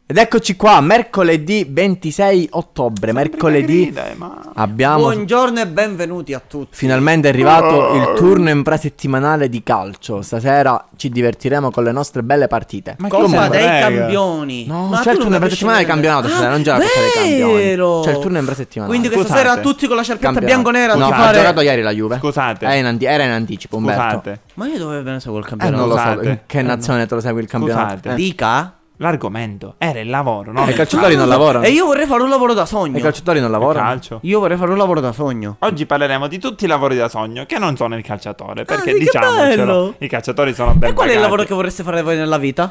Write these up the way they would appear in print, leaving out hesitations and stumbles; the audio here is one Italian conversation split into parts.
Ed eccoci qua, mercoledì 26 ottobre, mercoledì abbiamo... Buongiorno e benvenuti a tutti. Finalmente è arrivato il turno infrasettimanale di calcio. Stasera ci divertiremo con le nostre belle partite. Ma cosa dei campioni? No, ma c'è il turno infrasettimanale di campionato stasera, non già la cosa dei campioni. C'è il turno infrasettimanale. Quindi questa sera tutti con la sciarpetta bianco-nera no, ha giocato ieri la Juve. Scusate. Era in anticipo, Umberto. Scusate. Ma io dove me ne seguo il campionato? Non lo so, in che nazione te lo segui il campionato? Scusate. Dica. L'argomento era il lavoro, no? I calciatori non lavorano. E io vorrei fare un lavoro da sogno. I calciatori non lavorano. Calcio. Io vorrei fare un lavoro da sogno. Oggi parleremo di tutti i lavori da sogno che non sono il calciatore. Perché sì, che diciamocelo, bello. i calciatori sono ben E qual è il pagati. lavoro che vorreste fare voi nella vita?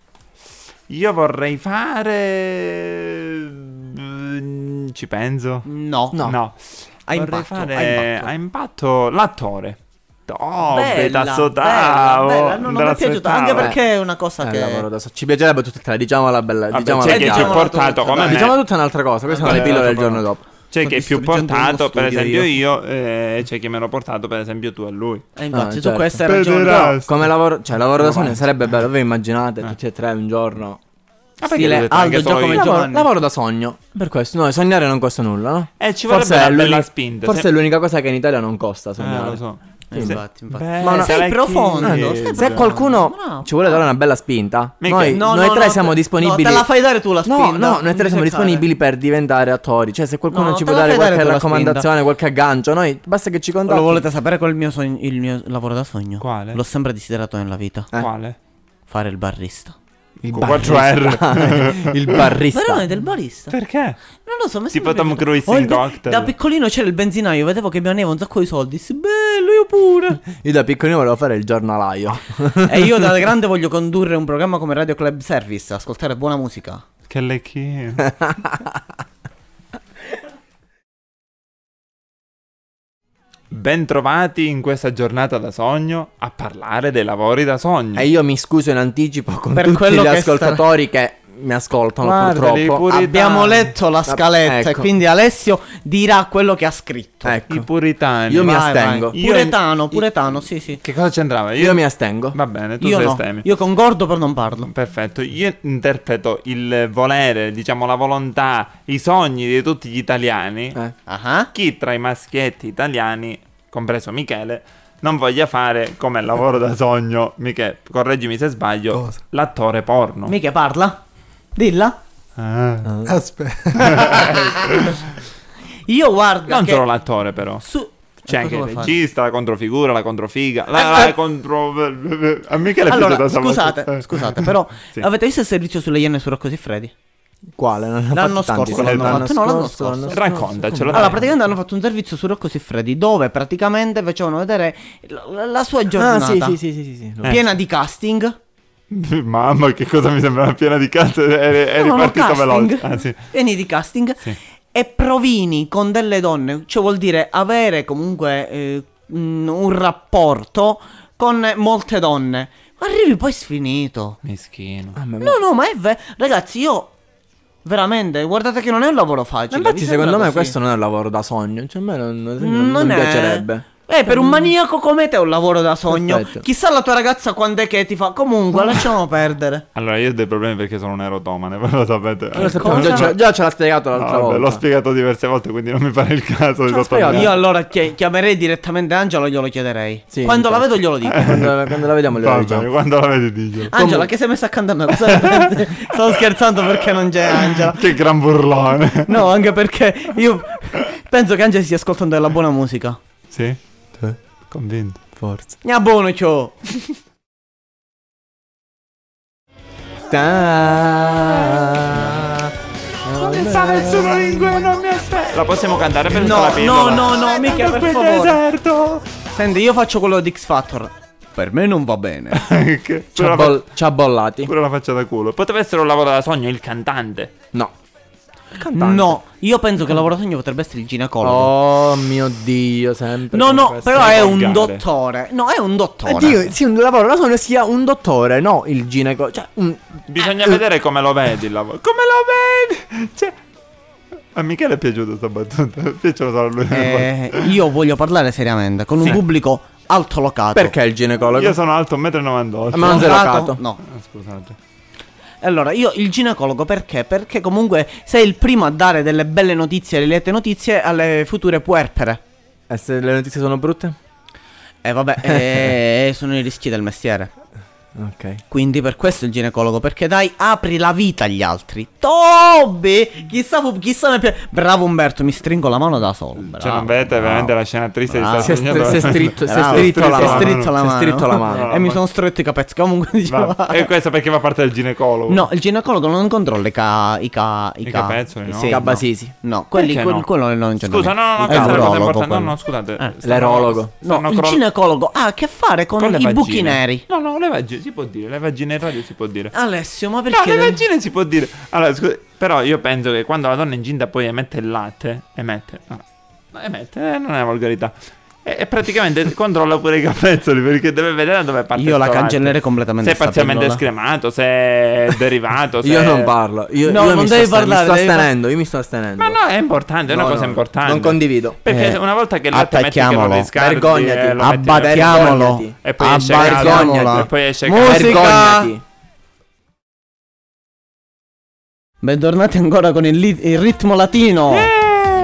Io vorrei fare... Ci penso. No. Vorrei A impatto, fare a impatto l'attore. Oh, bella, bella. non mi è piaciuta, anche perché è una cosa che... Ci piacerebbe tutte e tre, diciamola bella. Vabbè, c'è chi è più portato come me. Diciamo tutta un'altra cosa, queste sono le pillole del giorno dopo. C'è chi è più portato, per esempio io. io, e c'è chi è meno portato, per esempio tu e lui. Infatti, certo. su questa hai ragione. Però, Come lavoro, cioè lavoro da sogno sarebbe bello, voi immaginate tutti e tre un giorno. Stile Aldo Giacomo e Giovanni. Lavoro da sogno. Per questo, no, sognare non costa nulla, no? ci vorrebbe una bella spinta. Forse è l'unica cosa che in Italia non costa sognare. Lo so. Infatti. Ma sei profondo. Se qualcuno ci vuole dare una bella spinta, noi tre siamo disponibili. No, te la fai dare tu la spinta. No, noi tre siamo disponibili per diventare attori. Cioè, se qualcuno ci può dare qualche raccomandazione, qualche aggancio, noi basta che ci contatti. Lo volete sapere qual è il mio lavoro da sogno? Quale? L'ho sempre desiderato nella vita. Quale? Fare il barista. Il Con 4R. Il barista. Veramente il barista? Perché? Non lo so, mi Tipo sembra Tom piaciuto. Cruise in Cocktail. Da piccolino c'era il benzinaio, vedevo che mi aveva un sacco di soldi. Sì, bello, io pure. Io da piccolino volevo fare il giornalaio. E io da grande voglio condurre un programma come Radio Club Service, ascoltare buona musica. Che lecchino. Bentrovati in questa giornata da sogno a parlare dei lavori da sogno. E io mi scuso in anticipo con Per tutti quello gli che ascoltatori che mi ascoltano. Guarda, purtroppo. Abbiamo letto la scaletta ecco. e quindi Alessio dirà quello che ha scritto. Ecco. I puritani. Io mi Vai, astengo. vai. Puretano, sì. Che cosa c'entrava? Io mi astengo. Va bene, tu Io sei no, estemi. io concordo però non parlo. Perfetto, io interpreto il volere, diciamo la volontà, i sogni di tutti gli italiani. Chi tra i maschietti italiani, compreso Michele, non voglia fare come lavoro da sogno, Michele, correggimi se sbaglio, l'attore porno. Mica parla? Dilla. Aspetta. Io guarda Non che solo l'attore però. C'è anche il regista, la controfigura, la controfiga, la contro... A Michele è allora, piaciuta scusate, però Sì. avete visto il servizio sulle Iene su Rocco Siffredi? Quale? L'anno scorso l'hanno fatto. No, l'anno scorso. Raccontacelo. Allora, praticamente hanno fatto un servizio su Rocco Siffredi dove praticamente facevano vedere la sua giornata. Sì. Piena di casting. Mamma, che cosa mi sembrava piena di cazzo. Eri partito veloce. Sì. Pieni di casting. Sì. E provini con delle donne. Cioè vuol dire avere comunque un rapporto con molte donne. Arrivi poi sfinito. Mischino. No, ma è vero. Ragazzi, io veramente, guardate che non è un lavoro facile. Infatti secondo me questo non è un lavoro da sogno. Cioè a me non mi piacerebbe. Per un maniaco come te è un lavoro da sogno. Perfetto. Chissà la tua ragazza quando è che ti fa. Comunque, lasciamo perdere. Allora, io ho dei problemi perché sono un erotomane, voi lo sapete. Già ce l'ha spiegato l'altra volta. L'ho spiegato diverse volte, quindi non mi pare il caso di sottolineare. Io allora chiamerei direttamente Angelo e glielo chiederei. Sì, quando la vedo glielo dico. Quando la vediamo Va glielo bene, diciamo. quando la vedi diglielo. Angela, che sei messa accanto a me? Stavo scherzando perché non c'è Angela. Che gran burlone. No, anche perché io penso che Angela stia ascoltando della buona musica. Sì? Convinto. Forza. Ya buono ciò. La possiamo cantare per No, la pillola? no, mica per favore. Deserto. Senti, io faccio quello di X Factor. Per me non va bene. Ci ha bollati. Pure la faccia da culo. Poteva essere un lavoro da sogno, il cantante. No. No, io penso che il lavoro sogno potrebbe essere il ginecologo. Oh mio Dio, sempre. No, però è un volgare. dottore. No, è un dottore. Dio, sì, un lavoro da sogno sia un dottore, no il ginecologo. Cioè, Bisogna vedere come lo vedi il lavoro. Come lo vedi? Cioè, a Michele è piaciuta sta battuta. Piacciono solo a lui. Io voglio parlare seriamente con un pubblico altolocato. perché il ginecologo? Io sono alto 1,98 m. Ma non sei locato? No. Scusate. Allora, io il ginecologo perché? Perché comunque sei il primo a dare delle belle notizie, le liete notizie alle future puerpere. E se le notizie sono brutte? Vabbè, sono i rischi del mestiere. Ok. Quindi per questo il ginecologo, perché dai, apri la vita agli altri. Tobi! Chissà mi piace. Bravo Umberto, mi stringo la mano da solo. Bravo, cioè non vedete veramente la scena triste di Si è stritto la mano. E mi sono stretto i capezzoli. Comunque diciamo. E questo perché fa parte del ginecologo? No, il ginecologo non controlla i capezzoli, no? Sì, Cabasisi. No, quelli quello non c'è. Scusa, no, è l'urologo. No, scusate. L'erologo. No, il ginecologo ha a che fare con i buchi neri. No, le vagine si può dire, le vagine in radio si può dire. Alessio, ma perché? No, le vagine si può dire. Allora, scusa, però io penso che quando la donna incinta poi emette il latte, non è volgarità. E praticamente controlla pure i capezzoli perché deve vedere dove parte. Io la cancellerei completamente. Se è parzialmente scremato, se è derivato. Io non parlo. Io non devi parlare. Io mi sto astenendo. Ma no, è importante, è una cosa importante. Non condivido. Perché una volta che il latte metti che lo riscaldi, vergognati. Abbattiamolo. E poi esce caldo. E poi esce musica. Bentornati ancora con il ritmo latino.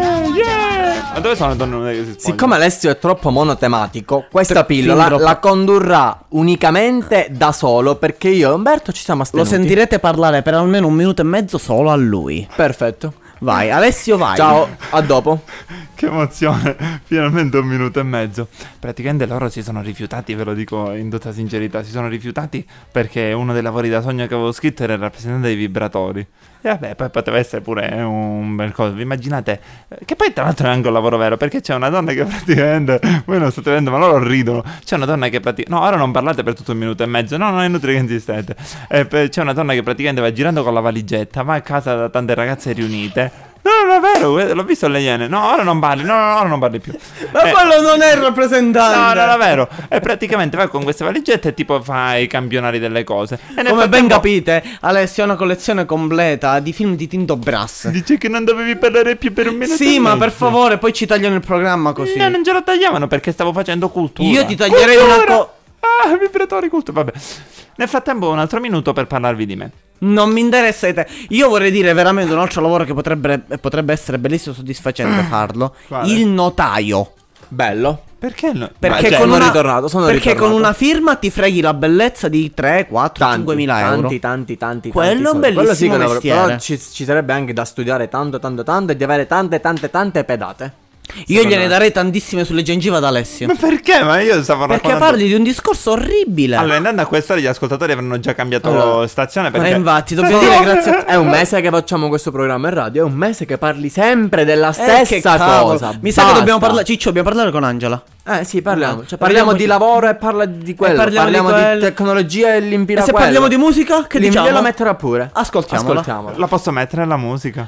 Ma dove sono le donne che si spogliano? Siccome Alessio è troppo monotematico, questa pillola la condurrà unicamente da solo, perché io e Umberto ci siamo astenuti. Lo sentirete parlare per almeno 1 minuto e mezzo solo a lui. Perfetto. Vai, Alessio, vai. Ciao, a dopo. Che emozione, finalmente 1 minuto e mezzo. Praticamente loro si sono rifiutati, ve lo dico in tutta sincerità, si sono rifiutati perché uno dei lavori da sogno che avevo scritto era il rappresentante dei vibratori. E vabbè, poi poteva essere pure un bel coso. Vi immaginate? Che poi tra l'altro è anche un lavoro vero, perché c'è una donna che praticamente, voi non state vedendo ma loro ridono. C'è una donna che praticamente, no, ora non parlate per tutto 1 minuto e mezzo, no, non è inutile che insistete. C'è una donna che praticamente va girando con la valigetta, va a casa da tante ragazze riunite. No, non è vero, l'ho visto alle Iene. No, ora non parli, no, ora non parli più. Ma quello non è il rappresentante. No, non è vero. E praticamente va con queste valigette e tipo fa i campionari delle cose. E come ben capite, Alessio ha una collezione completa di film di Tinto Brass. Dice che non dovevi parlare più per 1 minuto. Sì, ma per favore, poi ci tagliano il programma così. No, non ce lo tagliavano perché stavo facendo cultura. Io ti taglierei una cosa. Vibratori cultura, vabbè. Nel frattempo un altro minuto per parlarvi di me. Non mi interessa di te. Io vorrei dire veramente un altro lavoro che potrebbe essere bellissimo e soddisfacente farlo. Quale? Il notaio. Bello. Perché no? Perché con una firma ti freghi la bellezza di 3, 4, 5 mila euro. Tanti. Quello è un bellissimo mestiere. Però ci sarebbe anche da studiare tanto e di avere tante pedate. Io gliene darei tantissime sulle gengive ad Alessio. Ma perché? Ma io stavo raccontando. Perché parli di un discorso orribile. Allora, andando a quest'ora gli ascoltatori avranno già cambiato stazione. Perché infatti, dobbiamo dire grazie a te. È un mese che facciamo questo programma in radio. È un mese che parli sempre della stessa cosa. Mi sa che dobbiamo parlare. Ciccio, dobbiamo parlare con Angela. Sì, parliamo. Cioè, parliamo di lavoro e parla di quello. Parliamo di tecnologia e l'impiego. E se parliamo di musica, che diciamo? La metterà pure. Ascoltiamola. La posso mettere la musica?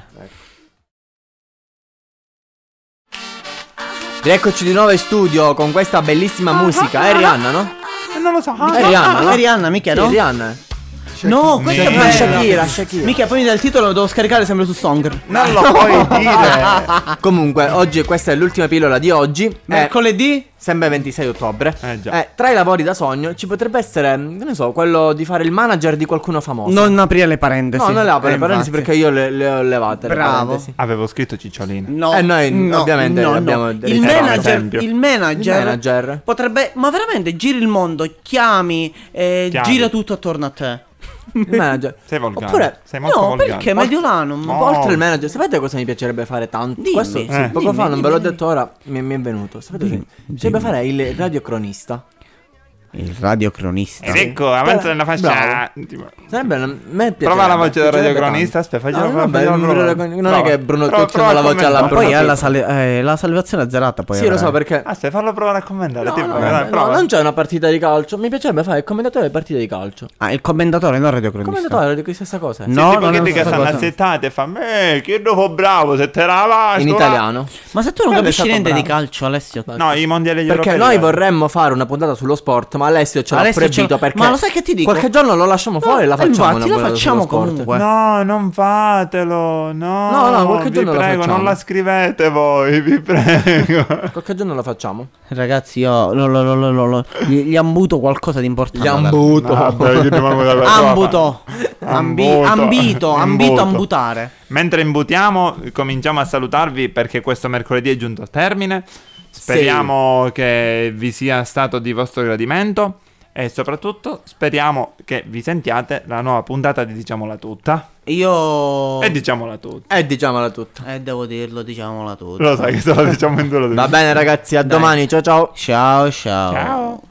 Rieccoci di nuovo in studio con questa bellissima musica. È Rihanna, no? Non lo so. È Rihanna, no? È Rihanna, mica, no? Sì, Rihanna. No, questa è Shakira. Mica, poi mi dà il titolo, lo devo scaricare sempre su Song. Non lo puoi dire. Comunque, oggi questa è l'ultima pillola di oggi. Mercoledì? Sempre 26 ottobre. Già. Tra i lavori da sogno ci potrebbe essere, non so, quello di fare il manager di qualcuno famoso. Non aprire le parentesi. No, non le apro le parentesi perché io le ho levate. Bravo. Avevo scritto Cicciolina. No. Noi ovviamente abbiamo il manager potrebbe, ma veramente giri il mondo, chiami, gira tutto attorno a te. Il manager. Sei volgare. Oppure, sei molto volgare. Perché Mediolanum? Oltre il manager, sapete cosa mi piacerebbe fare tanto? Dimmi. Questo poco fa non ve l'ho detto, ora mi è venuto. Sapete cosa? Mi piacerebbe fare il radiocronista. Il radiocronista. Ed ecco, avanza nella fascia. Sarebbe prova la voce del radiocronista. Aspetta, non è che Bruno Tocci fa la voce alla poi la salvazione azzerata. Poi sì, lo so perché. Aspetta, fallo provare a commentare. No, non c'è una partita di calcio. Mi piacerebbe fare il commentatore delle partite di calcio. Il commentatore, non il radiocronista. Il commentatore di stessa cosa. No, tipo quelli che stanno azzettati e fanno che dopo bravo, se te la vai. In italiano. Ma se tu non capisci niente di calcio, Alessio. No, i mondiali europei. Perché noi vorremmo fare una puntata sullo sport, ma Alessio ce l'ha proibito perché. Ma lo sai che ti dico? Qualche giorno lo lasciamo fuori e la facciamo. Infatti, la facciamo comunque. No, non fatelo. No, qualche giorno vi prego, la facciamo. non la scrivete voi, vi prego. Qualche giorno la facciamo. Ragazzi, io gli ambuto qualcosa di importante. Gli ambuto. Ambito, ambutare. Mentre imbutiamo, cominciamo a salutarvi perché questo mercoledì è giunto al termine. Speriamo che vi sia stato di vostro gradimento e soprattutto speriamo che vi sentiate la nuova puntata di Diciamola Tutta. Diciamola tutta. Devo dirlo, diciamola tutta. Lo sai che se lo diciamo in due lo Va bene ragazzi, a domani, ciao ciao. Ciao.